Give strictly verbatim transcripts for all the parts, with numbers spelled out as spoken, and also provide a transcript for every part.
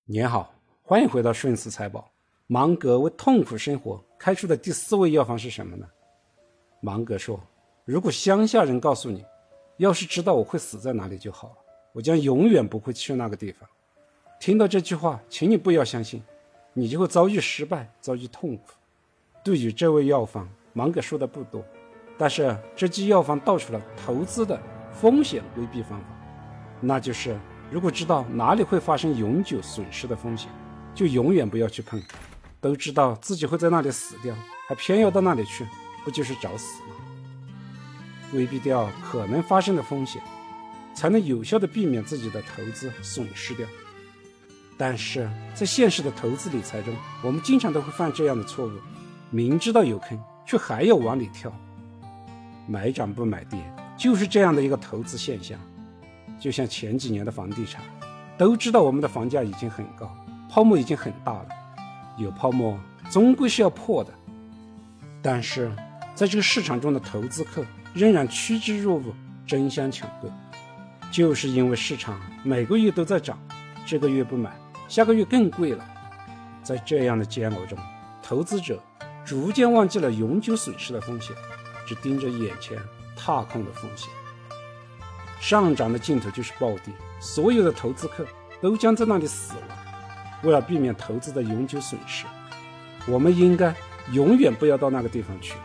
您好，欢迎回到顺思财宝。芒格为痛苦生活开出的第四味药方是什么呢？芒格说，如果乡下人告诉你，要是知道我会死在哪里就好了，我将永远不会去那个地方。听到这句话，请你不要相信，你就会遭遇失败，遭遇痛苦。对于这味药方，芒格说的不多，但是这剂药方道出了投资的风险规避方法，那就是如果知道哪里会发生永久损失的风险，就永远不要去碰。都知道自己会在那里死掉，还偏要到那里去，不就是找死吗？规避掉可能发生的风险，才能有效地避免自己的投资损失掉。但是在现实的投资理财中，我们经常都会犯这样的错误，明知道有坑，却还要往里跳。买涨不买跌，就是这样的一个投资现象。就像前几年的房地产，都知道我们的房价已经很高，泡沫已经很大了，有泡沫终归是要破的。但是在这个市场中的投资客仍然趋之若鹜，争相抢购，就是因为市场每个月都在涨，这个月不买，下个月更贵了。在这样的煎熬中，投资者逐渐忘记了永久损失的风险，只盯着眼前踏空的风险。上涨的尽头就是暴跌，所有的投资客都将在那里死亡。为了避免投资的永久损失，我们应该永远不要到那个地方去。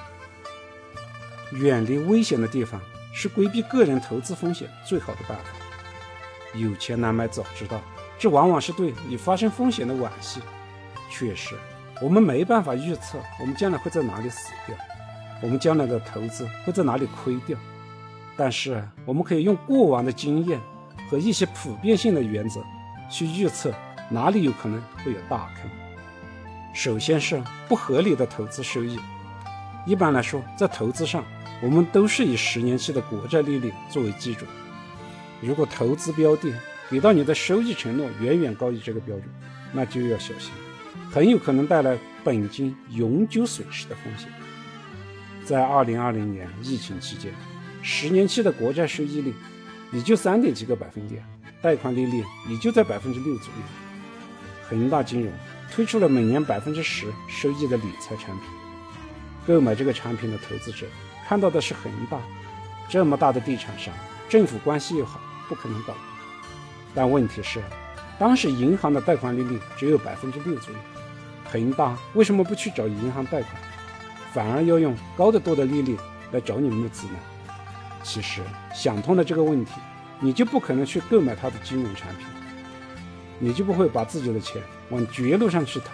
远离危险的地方是规避个人投资风险最好的办法。有钱难买早知道，这往往是对已发生风险的惋惜。确实，我们没办法预测我们将来会在哪里死掉，我们将来的投资会在哪里亏掉，但是我们可以用过往的经验和一些普遍性的原则去预测哪里有可能会有大坑。首先是不合理的投资收益。一般来说，在投资上，我们都是以十年期的国债利率作为基准。如果投资标的给到你的收益承诺远远高于这个标准，那就要小心，很有可能带来本金永久损失的风险。在二零二零年疫情期间，十年期的国债收益率也就三点几个百分点，贷款利率也就在百分之六左右。恒大金融推出了每年百分之十收益的理财产品，购买这个产品的投资者看到的是恒大这么大的地产商，政府关系又好，不可能倒闭。但问题是，当时银行的贷款利率只有百分之六左右，恒大为什么不去找银行贷款，反而要用高得多的利率来找你募资呢？其实想通了这个问题，你就不可能去购买它的金融产品，你就不会把自己的钱往绝路上去投。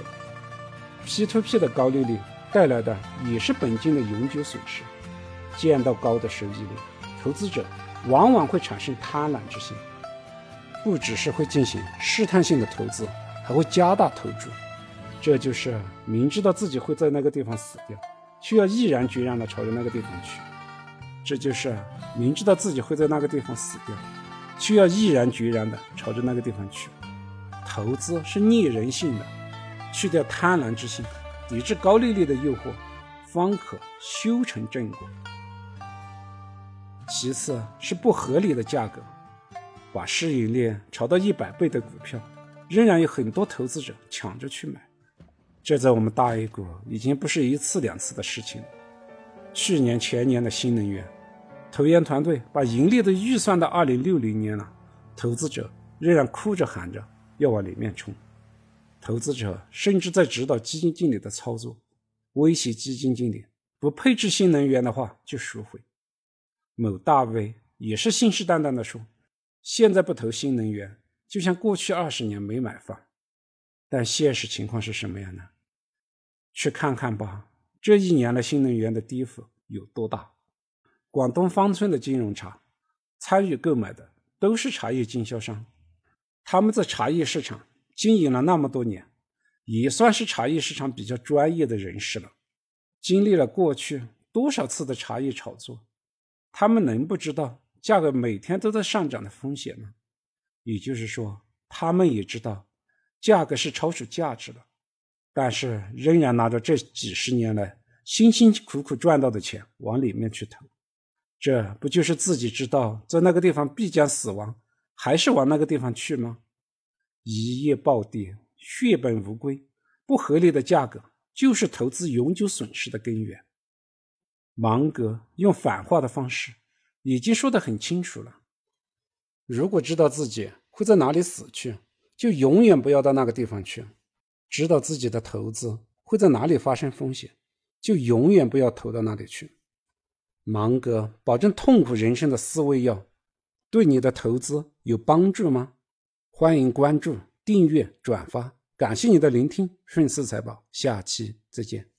P to P 的高利率带来的也是本金的永久损失。见到高的收益率，投资者往往会产生贪婪之心，不只是会进行试探性的投资，还会加大投注。这就是明知道自己会在那个地方死掉，却要毅然决然地朝着那个地方去。这就是明知道自己会在那个地方死掉，却要毅然决然地朝着那个地方去。投资是逆人性的，去掉贪婪之心，抵制高利率的诱惑，方可修成正果。其次是不合理的价格，把市盈率炒到一百倍的股票，仍然有很多投资者抢着去买。这在我们大 A 股已经不是一次两次的事情了。去年前年的新能源，投研团队把盈利都预算到二零六零年了，投资者仍然哭着喊着要往里面冲。投资者甚至在指导基金经理的操作，威胁基金经理不配置新能源的话就赎回。某大 V 也是信誓旦旦地说，现在不投新能源就像过去二十年没买房。但现实情况是什么样呢？去看看吧，这一年来新能源的跌幅有多大。广东芳村的金融茶参与购买的都是茶叶经销商，他们在茶叶市场经营了那么多年，也算是茶叶市场比较专业的人士了，经历了过去多少次的茶叶炒作，他们能不知道价格每天都在上涨的风险吗？也就是说，他们也知道价格是超出价值的，但是仍然拿着这几十年来辛辛苦苦赚到的钱往里面去投。这不就是自己知道在那个地方必将死亡，还是往那个地方去吗？ 一夜暴跌，血本无归，不合理的价格就是投资永久损失的根源。芒格用反话的方式已经说得很清楚了，如果知道自己会在哪里死去，就永远不要到那个地方去；知道自己的投资会在哪里发生风险，就永远不要投到那里去。芒格保证痛苦人生的四味药，对你的投资有帮助吗？欢迎关注、订阅、转发，感谢你的聆听。顺思财宝，下期再见。